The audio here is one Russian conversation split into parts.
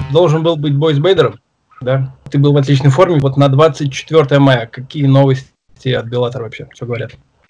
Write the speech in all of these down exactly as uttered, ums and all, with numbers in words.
Должен был быть бой с Бейдером, да? Ты был в отличной форме. Вот на двадцать четвёртое мая какие новости от Беллатор вообще? Что говорят?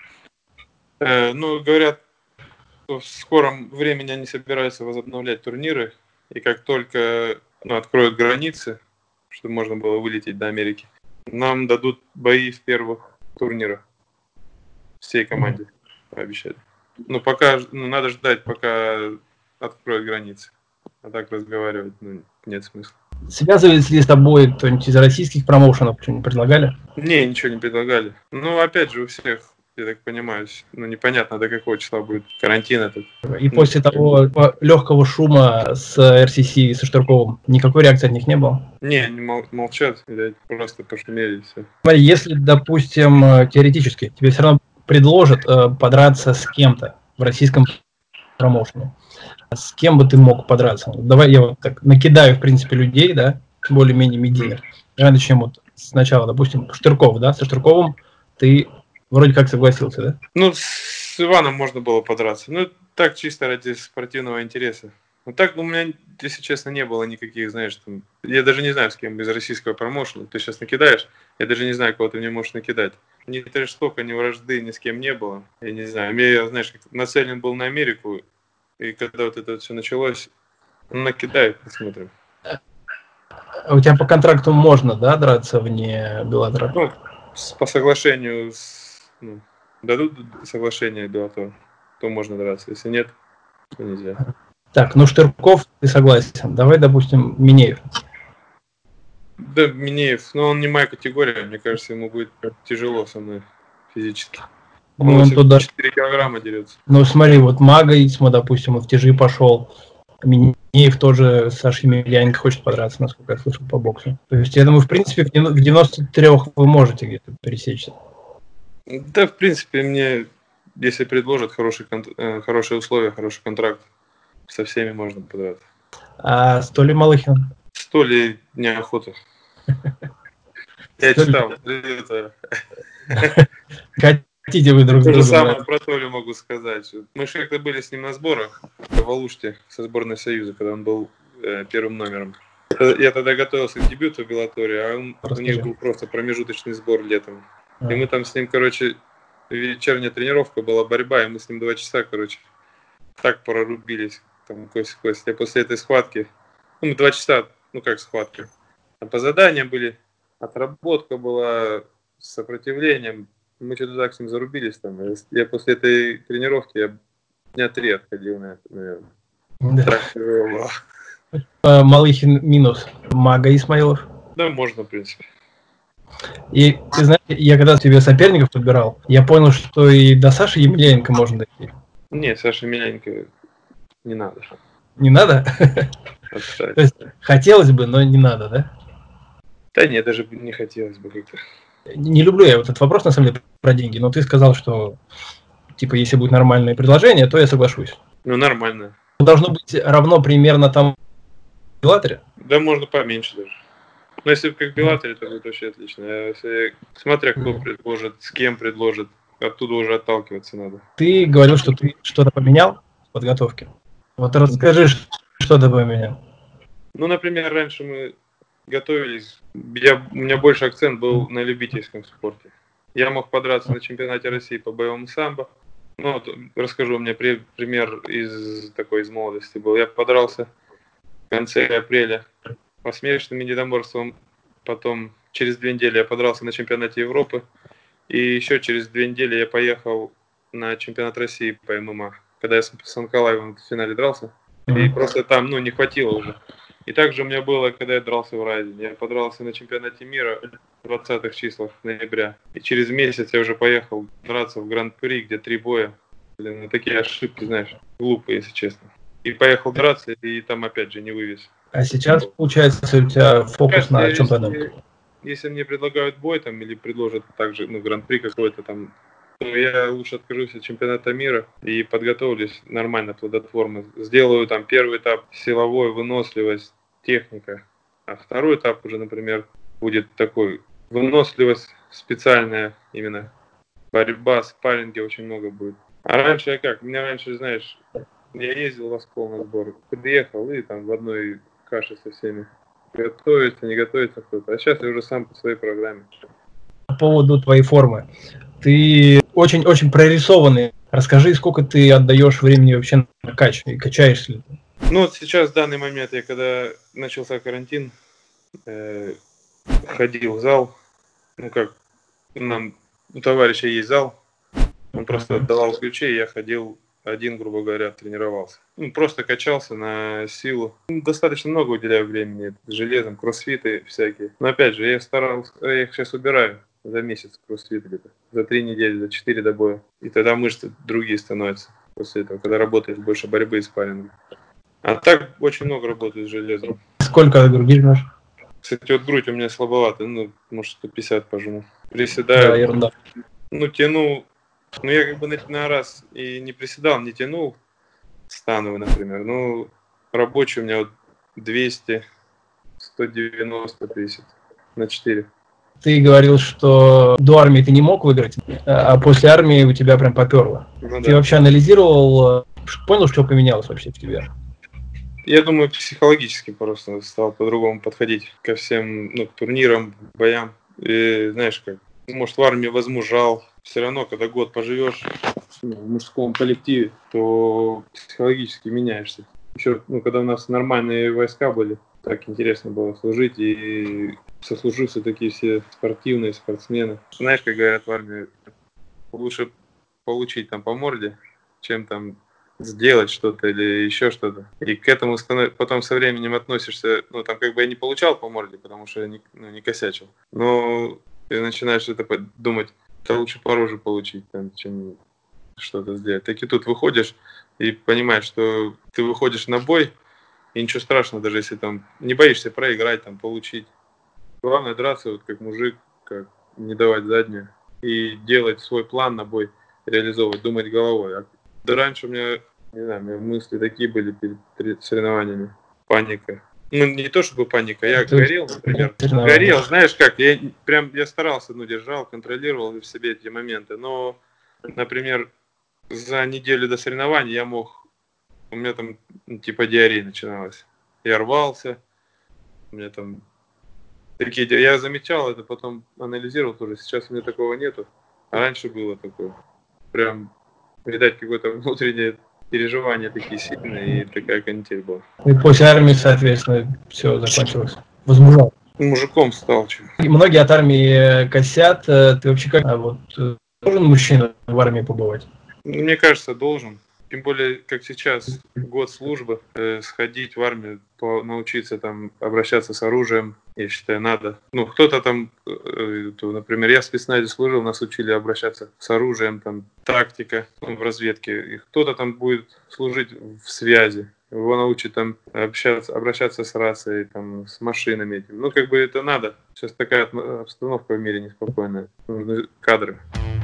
Э, ну, говорят, что в скором времени они собираются возобновлять турниры. И как только ну, откроют границы, чтобы можно было вылететь до Америки, нам дадут бои в первых турнирах всей команде, пообещали. Ну, пока, ну, надо ждать, пока откроют границы. А так разговаривать, ну, нет смысла. Связывались ли с тобой кто-нибудь из российских промоушенов, что-нибудь предлагали? Не, ничего не предлагали. Ну, опять же, у всех, я так понимаю, ну, непонятно, до какого числа будет карантин этот. И после того легкого шума с эр си си и со Штырковым никакой реакции от них не было? Не, они мол- молчат, видать, просто пошумели и все. Смотри, если, допустим, теоретически тебе все равно предложат э, подраться с кем-то в российском промоушене, с кем бы ты мог подраться? Давай я вот так накидаю, в принципе, людей, да, более-менее медийных. Давай начнем вот сначала, допустим, Штырков, да, со Штырковым ты вроде как согласился, да? Ну, с Иваном можно было подраться. Ну, так чисто ради спортивного интереса. Ну, так у меня, если честно, не было никаких, знаешь, там... Я даже не знаю, с кем из российского промоушена. Ты сейчас накидаешь, я даже не знаю, кого ты мне можешь накидать. Ни трэш-тока, ни вражды ни с кем не было. Я не знаю. Я, знаешь, как нацелен был на Америку. И когда вот это вот все началось, ну, накидай, посмотрим. У тебя по контракту можно, да, драться вне Беллатора? Ну, с, по соглашению, с, ну, дадут соглашение Беллатор, то можно драться. Если нет, то нельзя. Так, ну Штырков, ты согласен. Давай, допустим, Минеев. Да, Минеев, но он не моя категория, мне кажется, ему будет тяжело со мной физически. Он, Ну, он туда... четыре килограмма дерется. Ну, смотри, вот Мага Исма, допустим, он в тяжи пошел. Минеев тоже с Сашей Емельяненко хочет подраться, насколько я слышал, по боксу. То есть, я думаю, в принципе, в девяносто трёх вы можете где-то пересечься. Да, в принципе, мне, если предложат хороший, хорошие условия, хороший контракт, со всеми можно подраться. А Столи Малыхин? Столи неохота. Я читал. Хотите вы друг друга? То же самое про Толю могу сказать. Мы же как-то были с ним на сборах в Алуште со сборной Союза, когда он был э, первым номером. Я тогда готовился к дебюту в Беллаторе, а он, у них был просто промежуточный сбор летом. А. И мы там с ним, короче, вечерняя тренировка была, борьба, и мы с ним два часа, короче, так прорубились, там, кость-кость. Я после этой схватки, ну, мы два часа, ну, как схватки. А по заданиям были, отработка была с сопротивлением. Мы что-то так с ним зарубились там. Я после этой тренировки я дня три отходил на это, наверное. Да. Так тяжело. Малыхин минус. Мага Исмаилов? Да, можно, в принципе. И ты знаешь, я когда тебе соперников подбирал, я понял, что и до Саши Емельяненко можно дойти. Не, Саша Емельяненко не надо. Не надо? То есть хотелось бы, но не надо, да? Да нет, даже не хотелось бы как-то. Не люблю я вот этот вопрос, на самом деле, про деньги, но ты сказал, что, типа, если будет нормальное предложение, то я соглашусь. Ну, нормально. Должно быть равно примерно там в Беллаторе? Да, можно поменьше даже. Но если как в Беллаторе, то будет вообще отлично. А если, смотря кто mm. предложит, с кем предложит, оттуда уже отталкиваться надо. Ты говорил, что ты что-то поменял в подготовке. Вот расскажи, что ты поменял. Ну, например, раньше мы готовились, я, у меня больше акцент был на любительском спорте. Я мог подраться на чемпионате России по боевому самбо. Ну, вот, расскажу, у меня при, пример из такой из молодости был. Я подрался в конце апреля по смешанным единоборствам. Потом через две недели я подрался на чемпионате Европы. И еще через две недели я поехал на чемпионат России по эм эм а. Когда я с Санкалаевым в финале дрался. И просто там, ну, не хватило уже. И также у меня было, когда я дрался в Райдене. Я подрался на чемпионате мира в двадцатых числах ноября. И через месяц я уже поехал драться в Гран-при, где три боя. Блин, ну такие ошибки, знаешь, глупые, если честно. И поехал драться, и там опять же не вывез. А сейчас, получается, у тебя фокус на чем-то одном? Если мне предлагают бой там или предложат также, ну, Гран-при какой-то там, то я лучше откажусь от чемпионата мира и подготовлюсь нормально, плодотворно. Сделаю там первый этап силовой, выносливость, техника. А второй этап уже, например, будет такой выносливость специальная, именно борьба, спарринги очень много будет. А раньше я как? Мне раньше, знаешь, я ездил в Оскол на сбор, приехал и там в одной кашей со всеми. Готовится, не готовится кто-то. А сейчас я уже сам по своей программе. По поводу твоей формы. Ты очень-очень прорисованный. Расскажи, сколько ты отдаешь времени вообще на кач и качаешься ли ты? Ну вот сейчас, в данный момент, я когда начался карантин, э, ходил в зал. Ну как, нам, у товарища есть зал. Он просто отдавал ключи, и я ходил один, грубо говоря, тренировался. Ну, просто качался на силу. Ну, достаточно много уделяю времени железом, кроссфиты всякие. Но опять же, я старался, я их сейчас убираю за месяц кроссфит где-то. За три недели, за четыре до боя. И тогда мышцы другие становятся после этого, когда работаешь больше борьбы и спарринга. А так очень много работаю с железом. Сколько груди жмешь? Кстати, вот грудь у меня слабоватая, ну, может, сто пятьдесят пожму. Да, Приседаю, ерунда. ну, тяну. Ну, я как бы на, на раз и не приседал, не тянул становый, например. Ну, рабочий у меня вот двести, сто девяносто тысяч на четыре. Ты говорил, что до армии ты не мог выиграть, а после армии у тебя прям поперло. Ну, Ты да. вообще анализировал, понял, что поменялось вообще в тебе? Я думаю, психологически просто стал по-другому подходить ко всем, ну, к турнирам, боям. И знаешь как, может, в армии возмужал. Все равно, когда год поживешь ну, в мужском коллективе, то психологически меняешься. Еще, ну, когда у нас нормальные войска были, так интересно было служить, и сослуживцы такие все спортивные, спортсмены. Знаешь, как говорят в армии, лучше получить там по морде, чем там сделать что-то или еще что-то. И к этому станов... потом со временем относишься, ну, там как бы я не получал по морде, потому что я не, ну, не косячил. Но ты начинаешь это думать, это лучше по роже получить, там, чем что-то сделать. Так и тут выходишь и понимаешь, что ты выходишь на бой, и ничего страшного, даже если там не боишься проиграть, там, получить. Главное драться, вот как мужик, как не давать заднюю, и делать свой план на бой, реализовывать, думать головой. А да раньше у меня, не знаю, у меня мысли такие были перед, перед соревнованиями. Паника. Ну, не то чтобы паника, я То есть горел, например. соревнования. Горел, знаешь как, я прям, я старался, ну, держал, контролировал в себе эти моменты. Но, например, за неделю до соревнований я мог, у меня там, ну, типа диарея начиналась. Я рвался, у меня там такие, я замечал это, потом анализировал тоже. Сейчас у меня такого нету, а раньше было такое. Прям, видать, какое-то внутреннее переживания такие сильные, и такая канитель была. И после армии, соответственно, все закончилось. Возмужал. Мужиком стал. Чё. И многие от армии косят. Ты вообще как? А вот должен мужчина в армии побывать? Мне кажется, должен. Тем более, как сейчас, год службы, э, сходить в армию, по, научиться там обращаться с оружием, я считаю, надо. Ну, кто-то там, э, то, например, я в спецназе служил, нас учили обращаться с оружием, там, тактика, ну, в разведке. И кто-то там будет служить в связи. Его научат там общаться, обращаться с рацией, там, с машинами этим. Ну, как бы это надо. Сейчас такая обстановка в мире неспокойная. Нужны кадры.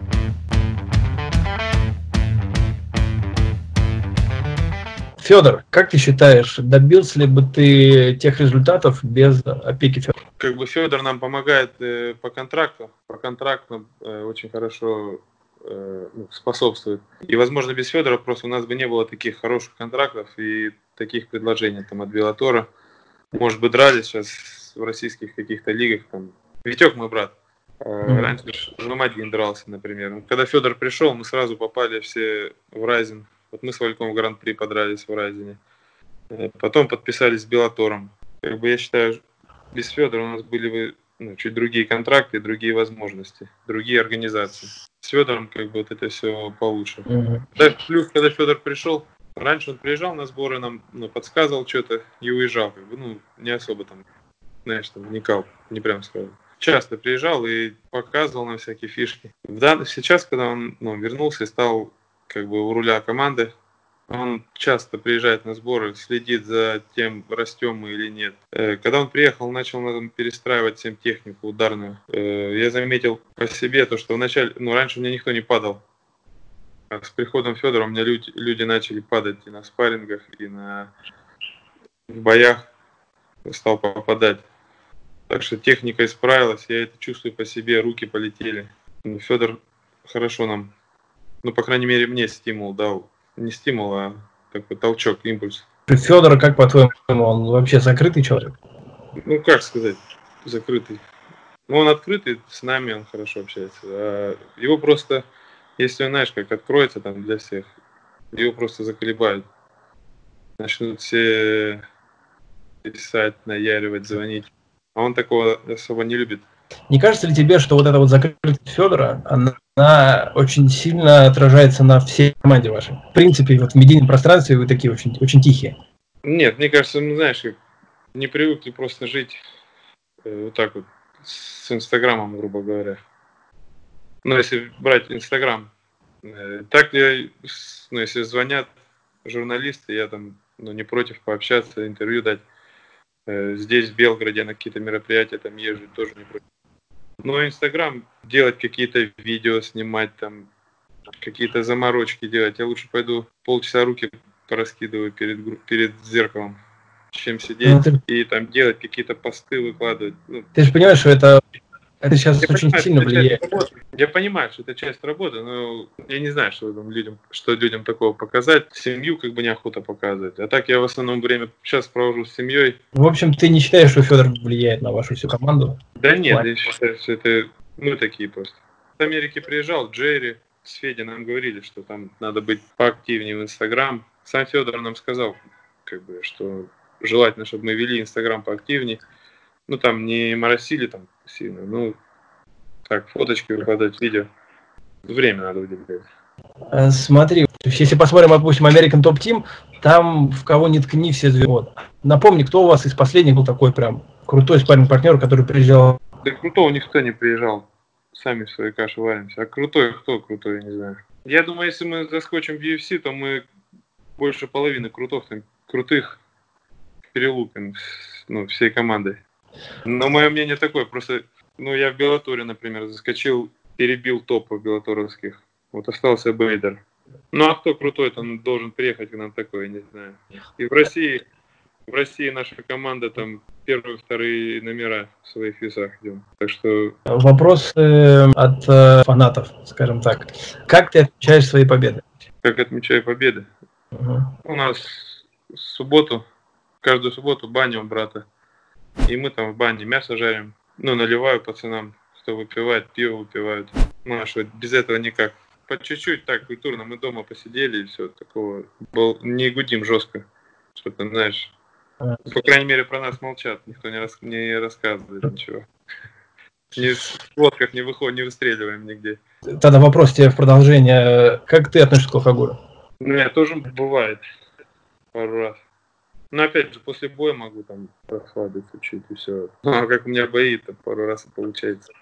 Федор, как ты считаешь, добился ли бы ты тех результатов без опеки Федора? Как бы Федор нам помогает э, по контракту, по контракту э, очень хорошо э, способствует. И, возможно, без Федора просто у нас бы не было таких хороших контрактов и таких предложений там, от Беллатора. Может быть, дрались сейчас в российских каких-то лигах. Там. Витек мой брат. Э, mm-hmm. Раньше Жом один дрался, например. Когда Федор пришел, мы сразу попали все в Райзен. Вот мы с Вальком в Гран-при подрались в Райзене. Потом подписались с Беллатором. Как бы я считаю, без Федора у нас были бы ну, чуть другие контракты, другие возможности, другие организации. С Федором как бы вот это все получше. Mm-hmm. Да, плюс, когда Федор пришел, раньше он приезжал на сборы, нам ну, подсказывал что-то и уезжал. Как бы, ну, не особо там, знаешь, там вникал, не прям сразу. Часто приезжал и показывал нам всякие фишки. Да, сейчас, когда он ну, вернулся и стал как бы у руля команды, он часто приезжает на сборы, следит за тем, растем мы или нет. Когда он приехал, начал нам перестраивать всем технику ударную. Я заметил по себе то, что вначале, ну, раньше у меня никто не падал. А с приходом Федора у меня люди, люди начали падать и на спаррингах, и на в боях стал попадать. Так что техника исправилась, я это чувствую по себе, руки полетели. Федор хорошо нам, ну, по крайней мере, мне стимул дал. Не стимул, а такой толчок, импульс. Федор, как по-твоему, он вообще закрытый человек? Ну, как сказать, закрытый. Ну, он открытый, с нами он хорошо общается. А его просто, если он, знаешь, как откроется там для всех, его просто заколебают. Начнут все писать, наяривать, звонить. А он такого особо не любит. Не кажется ли тебе, что вот эта вот закрытость Федора, она, она очень сильно отражается на всей команде вашей? В принципе, вот в медийном пространстве вы такие очень, очень тихие. Нет, мне кажется, ну, знаешь, как не привыкли просто жить э, вот так вот с Инстаграмом, грубо говоря. Ну, если брать Инстаграм, э, так я, ну, если звонят журналисты, я там, ну, не против пообщаться, интервью дать. Э, здесь, в Белгороде, на какие-то мероприятия там езжу, тоже не против. Но Инстаграм, делать какие-то видео, снимать там, какие-то заморочки делать. Я лучше пойду полчаса руки пораскидываю перед, перед зеркалом, чем сидеть ну, ты... и там делать какие-то посты, выкладывать. Ну, ты же понимаешь, что это, это сейчас я очень понимаю, сильно влияет. Я понимаю, что это часть работы, но я не знаю, что людям, что людям такого показать. Семью как бы неохота показывать. А так я в основном время сейчас провожу с семьей. В общем, ты не считаешь, что Федор влияет на вашу всю команду? Да нет, Ладно. Я считаю, что это мы такие просто. В Америке приезжал Джерри, с Федей нам говорили, что там надо быть поактивнее в Инстаграм. Сам Федор нам сказал, как бы, что желательно, чтобы мы вели Инстаграм поактивнее. Ну, там не моросили там сильно, ну, так, фоточки выкладывать, видео. Время надо уделять. Смотри, если посмотрим, допустим, American Top Team, там в кого ни ткни все звезды. Напомни, кто у вас из последних был такой прям крутой спарринг-партнер, который приезжал? Да крутого никто не приезжал. Сами в своей каше варимся. А крутой, кто крутой, я не знаю. Я думаю, если мы заскочим в ю эф си, то мы больше половины крутых, там, крутых перелупим, ну, всей командой. Но мое мнение такое, просто, ну, я в Беллаторе, например, заскочил, перебил топов беллаторовских. Вот остался Бейдер. Ну, а кто крутой, там должен приехать к нам такой, я не знаю. И в России, в России наша команда там первые, вторые номера в своих весах идем. Так что... Вопрос э, от э, фанатов, скажем так. Как ты отмечаешь свои победы? Как отмечаю победы? Uh-huh. У нас в субботу, каждую субботу баня у брата. И мы там в бане мясо жарим. Ну, наливаю пацанам, кто выпивает, пиво выпивают. Ну, а что, без этого никак. По чуть-чуть так культурно мы дома посидели и все такого. Был, не гудим жестко. Что-то, знаешь... По крайней мере, про нас молчат, никто не, рас, не рассказывает ничего. Ни в водках не выходим, не выстреливаем нигде. Тогда вопрос тебе в продолжение. Как ты относишься к алкоголю? Ну, я тоже бывает пару раз. Но опять же, после боя могу там расслабиться чуть и все. Ну, а как у меня бои, то пару раз получается.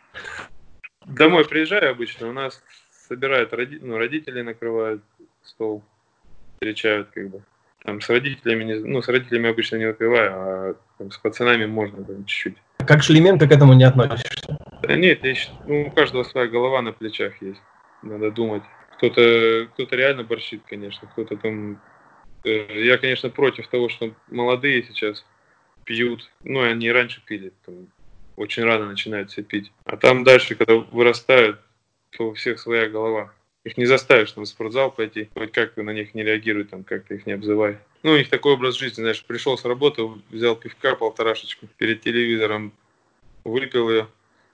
Домой приезжаю обычно, у нас собирают, роди... ну, родители накрывают стол, встречают как бы. Там с родителями, не, ну, с родителями обычно не выпиваю, а там, с пацанами можно там, чуть-чуть. Как Шлеменко к этому не относишься? Да нет, я, ну, у каждого своя голова на плечах есть. Надо думать. Кто-то, кто-то реально борщит, конечно, кто-то там... Э, я, конечно, против того, что молодые сейчас пьют. Ну, они и раньше пили. Там, очень рано начинают все пить. А там дальше, когда вырастают, то у всех своя голова. Их не заставишь там в спортзал пойти, хоть как-то на них не реагируй, там как-то их не обзывай. Ну, у них такой образ жизни, знаешь, пришел с работы, взял пивка, полторашечку перед телевизором, выпил ее,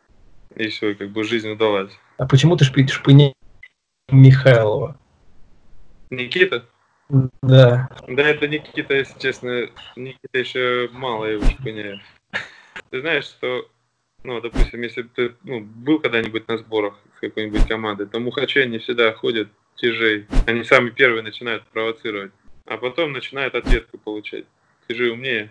и все, и как бы жизнь удалась. А почему ты шпи- шпыни Михайлова? Никита? Да. Да, это Никита, если честно, Никита еще мало его шпыняет. Ты знаешь, что, ну, допустим, если ты ну, был когда-нибудь на сборах с какой-нибудь командой, то мухачи не всегда ходят тяжей. Они сами первые начинают провоцировать, а потом начинают ответку получать. Тяжи умнее.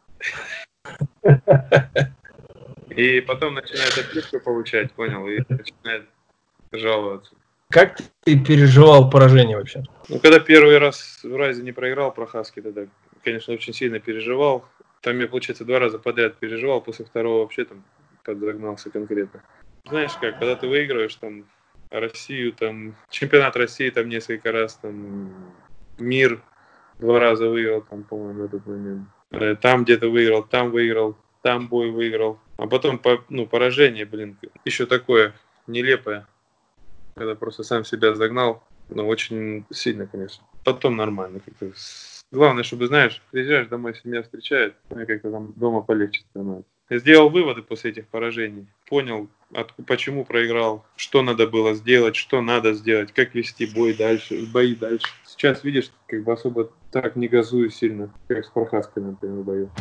И потом начинает ответку получать, понял, и начинает жаловаться. Как ты переживал поражение вообще? Ну, когда первый раз в Райзе не проиграл про Хаски, тогда, конечно, очень сильно переживал. Там я, получается, два раза подряд переживал, после второго вообще там подзагнался конкретно. Знаешь как, когда ты выигрываешь там Россию, там чемпионат России там несколько раз, там мир два раза выиграл, там, по-моему, этот момент. Там где-то выиграл, там выиграл, там бой выиграл. А потом, ну, поражение, блин, еще такое нелепое, когда просто сам себя загнал, но очень сильно, конечно. Потом нормально, как-то Главное, чтобы, знаешь, приезжаешь домой, семья встречает, ну и как-то там дома полегче становится. Я сделал выводы после этих поражений, понял, от, почему проиграл, что надо было сделать, что надо сделать, как вести бой дальше, бои дальше. Сейчас, видишь, как бы особо так не газую сильно, как с Прохаской, например, в бою.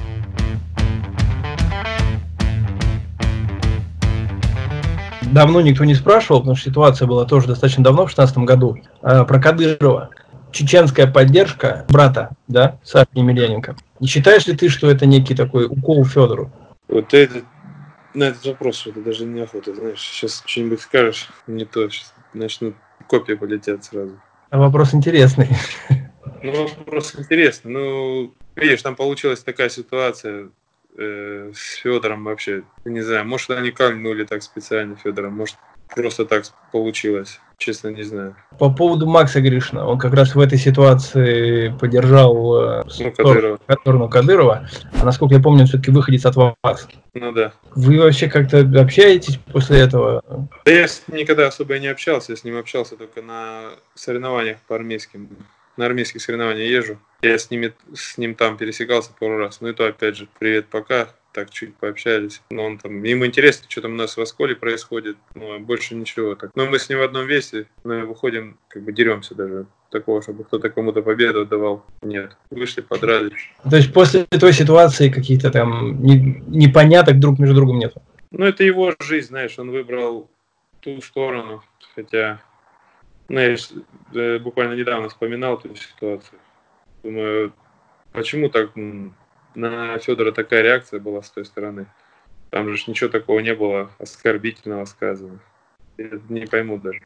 Давно никто не спрашивал, потому что ситуация была тоже достаточно давно, в шестнадцатом году, э, про Кадырова. Чеченская поддержка брата, да, Саши Емельяненко. Не считаешь ли ты, что это некий такой укол Федору? Вот это, на этот вопрос что-то даже неохота, знаешь, сейчас что-нибудь скажешь, не то, сейчас начнут копии полетят сразу. А вопрос интересный. Ну, вопрос интересный. Ну, видишь, там получилась такая ситуация э, с Федором вообще. Не знаю, может, они кольнули так специально Федора, может, просто так получилось. Честно, не знаю. По поводу Макса Гришина, он как раз в этой ситуации поддержал э, Ну, Кадырова. сторону Кадырова, а насколько я помню, он все-таки выходец от вас. Ну да. Вы вообще как-то общаетесь после этого? Да я с ним никогда особо и не общался, я с ним общался только на соревнованиях по армейским. На армейские соревнования езжу. Я с, ними, с ним там пересекался пару раз. Ну и то, опять же, привет, пока. Так чуть пообщались. Но он там, ему интересно, что там у нас в Осколе происходит. Ну, а больше ничего. Так. Но мы с ним в одном весе, мы выходим, как бы деремся даже. Такого, чтобы кто-то кому-то победу отдавал. Нет. Вышли, подрались. То есть после той ситуации каких-то там непоняток друг между другом нет? Ну, это его жизнь, знаешь, он выбрал ту сторону. Хотя, ну, я буквально недавно вспоминал эту ситуацию. Думаю, почему так на Федора такая реакция была с той стороны? Там же ничего такого не было оскорбительного сказано. Я не пойму даже.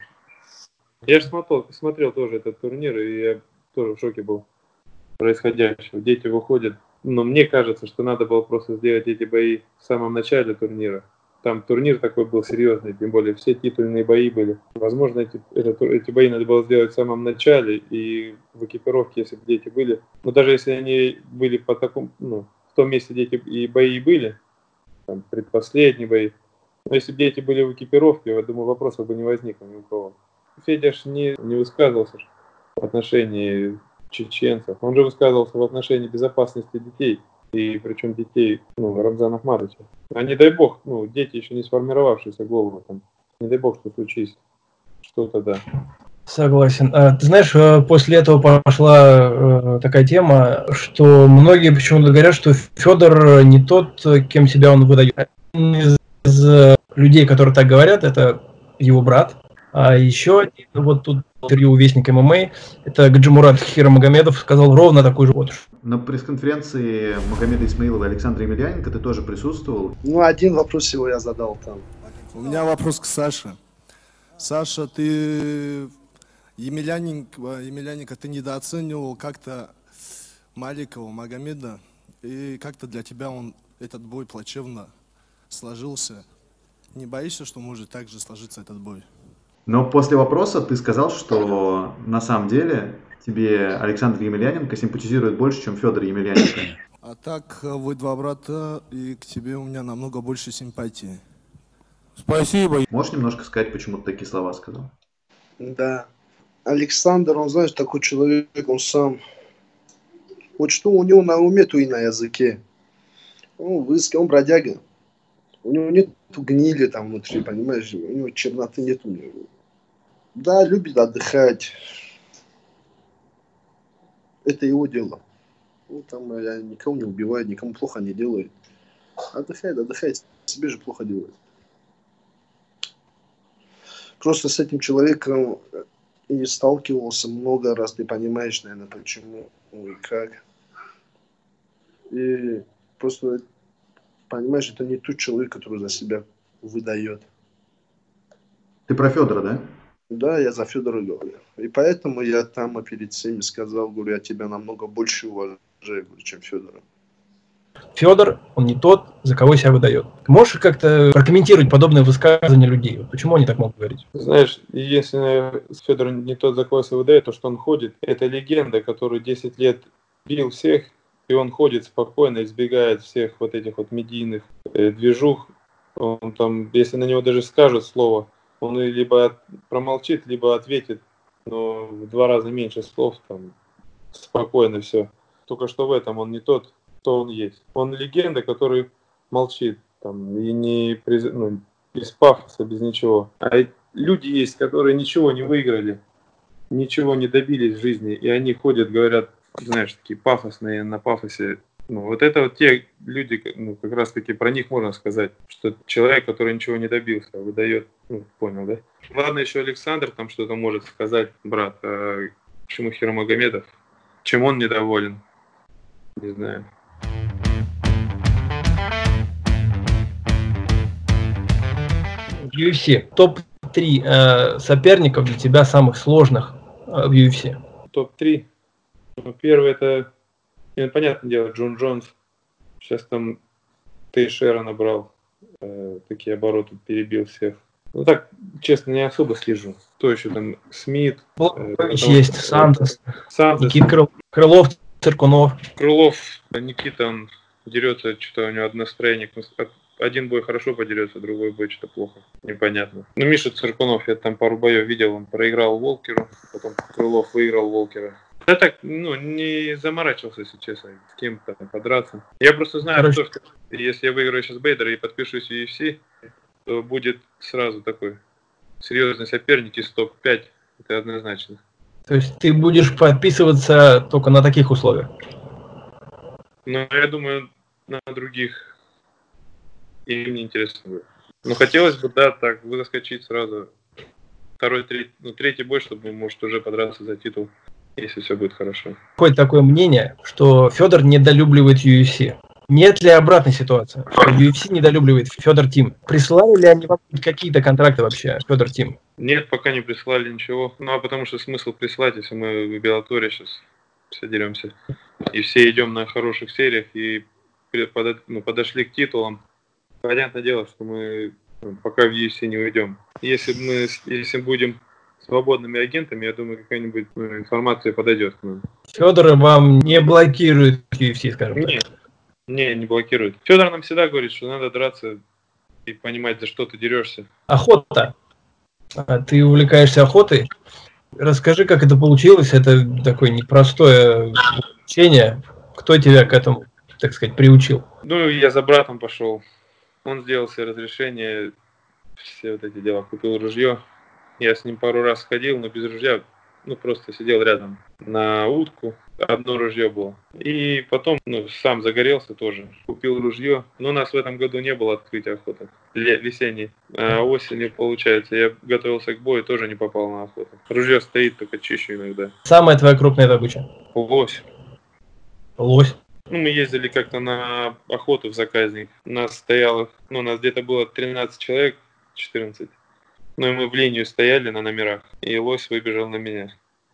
Я же смотрел, смотрел тоже этот турнир, и я тоже в шоке был происходящего. Дети выходят. Но мне кажется, что надо было просто сделать эти бои в самом начале турнира. Там турнир такой был серьезный, тем более все титульные бои были. Возможно, эти, это, эти бои надо было сделать в самом начале и в экипировке, если бы дети были. Но даже если они были по такому, ну, в том месте дети и бои были, там, предпоследние бои, но если бы дети были в экипировке, я думаю, вопросов бы не возникло ни у кого. Федя ж не, не высказывался в отношении чеченцев, он же высказывался в отношении безопасности детей. И причем детей, ну, Рамзана Ахматовича. А не дай бог, ну, дети еще не сформировавшиеся голову, там, не дай бог, что случись, что-то да. Согласен. А, ты знаешь, после этого пошла такая тема, что многие почему-то говорят, что Федор не тот, кем себя он выдает. Один из людей, которые так говорят, это его брат. А еще один, вот тут интервью у Вестника ММА, это Гаджимурад Хирамагомедов сказал ровно такую же вот. На пресс-конференции Магомеда Исмаилова и Александра Емельяненко ты тоже присутствовал? Ну, один вопрос всего я задал там. У меня вопрос к Саше. Саша, ты Емельяненко, Емельяненко ты недооценивал как-то Маликова, Магомеда, и как-то для тебя он, этот бой плачевно сложился. Не боишься, что может так же сложиться этот бой? Но после вопроса ты сказал, что на самом деле тебе Александр Емельяненко симпатизирует больше, чем Федор Емельяненко. А так вы два брата, и к тебе у меня намного больше симпатии. Спасибо. Можешь немножко сказать, почему ты такие слова сказал? Да. Александр, он, знаешь, такой человек, он сам. Вот что у него на уме, то и на языке. Он выски, он бродяга. У него нет гнили там внутри, понимаешь? У него черноты нет. Да, любит отдыхать. Это его дело. Ну, там я никого не убиваю, никому плохо не делаю. Отдыхает, отдыхает, себе же плохо делает. Просто с этим человеком и сталкивался много раз, ты понимаешь, наверное, почему и как. И просто, понимаешь, это не тот человек, который за себя выдает. Ты про Федора, да? Да, я за Федора говорю. И поэтому я там перед всеми сказал, говорю, я тебя намного больше уважаю, чем Федора. Федор, он не тот, за кого себя выдает. Можешь как-то прокомментировать подобные высказывания людей? Почему они так могут говорить? Знаешь, если Федор не тот, за кого себя выдает, то, что он ходит, это легенда, который десять лет бил всех, и он ходит спокойно, избегает всех вот этих вот медийных э, движух. Он там, если на него даже скажут слово, он либо промолчит, либо ответит, но в два раза меньше слов, там, спокойно все. только что в этом он не тот, кто он есть. Он легенда, который молчит там, и не приз... ну, без пафоса, без ничего. А люди есть, которые ничего не выиграли, ничего не добились в жизни, и они ходят, говорят, знаешь, такие пафосные, на пафосе. Ну, вот это вот те люди, ну, как раз таки про них можно сказать, что человек, который ничего не добился, выдает, ну, понял, да? Ладно, еще Александр там что-то может сказать, брат, а почему Хирмагомедов? Чем он недоволен? Не знаю. ю эф си. топ три э, соперников для тебя самых сложных э, в ю эф си. топ три. Ну, первый это, ну, понятное дело, Джон Джонс. Сейчас там Тейшера набрал. Э, такие обороты, перебил всех. Ну так, честно, не особо слежу. Кто еще там? Смит. Блахович э, есть, Сантос. Сантос. Никит Крыл, Крылов, Циркунов. Крылов, Никита, он дерется, что-то у него одностроение. Один бой хорошо подерется, другой бой что-то плохо. Непонятно. Ну, Миша Циркунов, я там пару боев видел, он проиграл Волкеру, потом Крылов выиграл Волкера. Я так, ну, не заморачивался, если честно, с кем-то подраться. Я просто знаю, Короче. что если я выиграю сейчас Бейдера и подпишусь в ю эф си, то будет сразу такой серьезный соперник из топ пять. Это однозначно. То есть ты будешь подписываться только на таких условиях? Ну, я думаю, на других им не интересно будет. Но хотелось бы, да, так, выскочить сразу. Второй, третий, ну, третий бой, чтобы, может, уже подраться за титул, если все будет хорошо. Ходит такое мнение, что Федор недолюбливает ю эф си. Нет ли обратной ситуации, что ю эф си недолюбливает Федор Тим? Присылали ли они вам какие-то контракты вообще, Федор Тим? Нет, пока не прислали ничего. Ну, а потому что смысл прислать, если мы в Беллаторе сейчас все деремся. И все идем на хороших сериях и подо, ну, подошли к титулам. Понятное дело, что мы ну, пока в ю эф си не уйдем. Если мы если будем свободными агентами, я думаю, какая-нибудь ну, информация подойдет к нам. Федор вам не блокирует ю эф си, скажем так? Нет. Не, не блокирует. Федор нам всегда говорит, что надо драться и понимать, за что ты дерешься. Охота. Ты увлекаешься охотой. Расскажи, как это получилось. Это такое непростое обучение. Кто тебя к этому, так сказать, приучил? Ну, я за братом пошел. Он сделал себе разрешение, все вот эти дела. Купил ружье. Я с ним пару раз ходил, но без ружья. Ну, просто сидел рядом на утку. Одно ружье было. И потом, ну, сам загорелся тоже. Купил ружье. Но у нас в этом году не было открытия охоты. Весенней. А осенью, получается, я готовился к бою, тоже не попал на охоту. Ружье стоит, только чищу иногда. Самая твоя крупная добыча? Лось. Лось? Ну, мы ездили как-то на охоту в заказник. У нас стояло, ну, у нас где-то было тринадцать человек, четырнадцать. Ну, и мы в линию стояли на номерах. И лось выбежал на меня.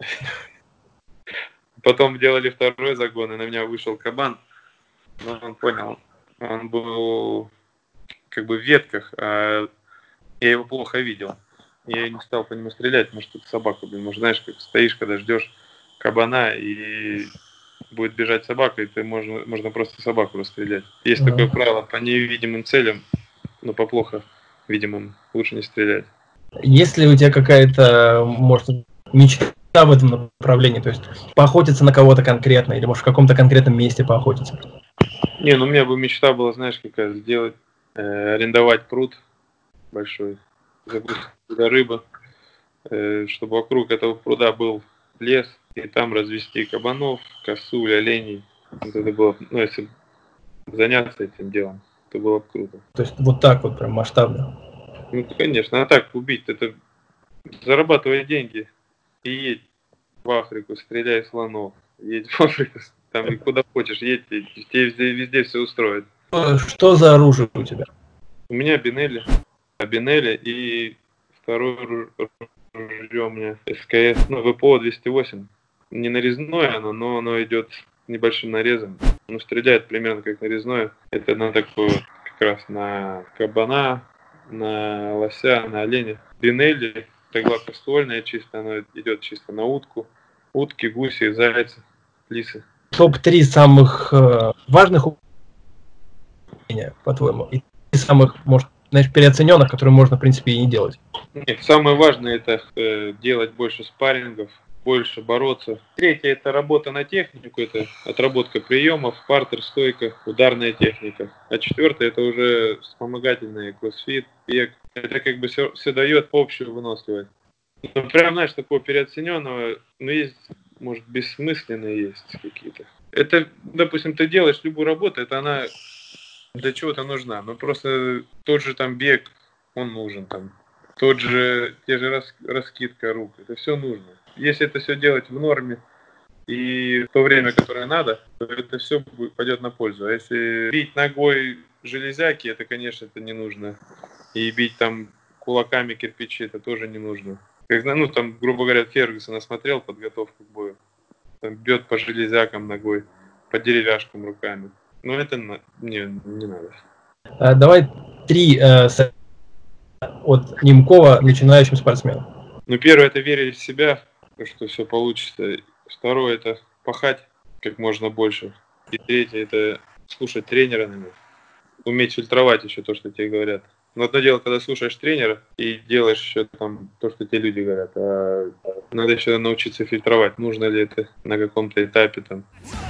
Потом делали второй загон, и на меня вышел кабан. Но он понял, он был как бы в ветках, а я его плохо видел. Я не стал по нему стрелять, потому что это собака, блин. Может, знаешь, как стоишь, когда ждешь кабана, и будет бежать собака, и ты можно, можно просто собаку расстрелять. Есть mm-hmm. такое правило, по невидимым целям, но по плохо видимым лучше не стрелять. Есть ли у тебя какая-то, может, мечта в этом направлении, то есть поохотиться на кого-то конкретно, или может в каком-то конкретном месте поохотиться? Не, ну у меня бы мечта была, знаешь, какая, сделать, э, арендовать пруд большой, запустить туда рыбу, э, чтобы вокруг этого пруда был лес, и там развести кабанов, косуль, оленей. Вот это было, ну если заняться этим делом, то было бы круто. То есть вот так вот прям масштабно? Ну конечно, а так убить, это зарабатывай деньги. И едь в Африку, стреляй слонов. Едь в Африку, там и куда хочешь, едь, тебе везде, везде все устроит. Что за оружие у тебя? У меня Бинелли, Бинелли и второе ружье у меня эс ка эс, ну, вэ пэ о двести восемь. Не нарезное оно, но оно идет небольшим нарезом. Ну, стреляет примерно как нарезное. Это на такое, как раз на кабана, на лося, на оленя. Бинелли. Это гладкоствольная чисто, она идет чисто на утку. Утки, гуси, зайцы, лисы. топ три самых э, важных умений, по-твоему, и самых, может, знаешь, переоцененных, которые можно, в принципе, и не делать. Нет, самое важное это э, делать больше спаррингов, больше бороться. Третье – это работа на технику, это отработка приемов, партер, стойка, ударная техника. А четвертое – это уже вспомогательные, кроссфит, бег. Это как бы все, все дает общую выносливость. Ну, прям, знаешь, такого переоцененного, ну, есть, может, бессмысленные есть какие-то. Это, допустим, ты делаешь любую работу, это она для чего-то нужна. Но просто тот же там бег, он нужен там. Тот же, те же рас, раскидка рук, это все нужно. Если это все делать в норме и в то время, которое надо, то это все пойдет на пользу. А если бить ногой железяки, это, конечно, это не нужно. И бить там кулаками кирпичи, это тоже не нужно. Как, ну, там, грубо говоря, Фергюсон смотрел подготовку к бою. Там бьет по железякам ногой, по деревяшкам руками. Но это не, не надо. А, давай три э, от Немкова начинающим спортсменам. Ну, первое – это верить в себя, что все получится. Второе – это пахать как можно больше. И третье – это слушать тренера, наверное. Уметь фильтровать еще то, что тебе говорят. Но одно дело, когда слушаешь тренера и делаешь еще там то, что тебе люди говорят. А надо еще научиться фильтровать, нужно ли это на каком-то этапе там.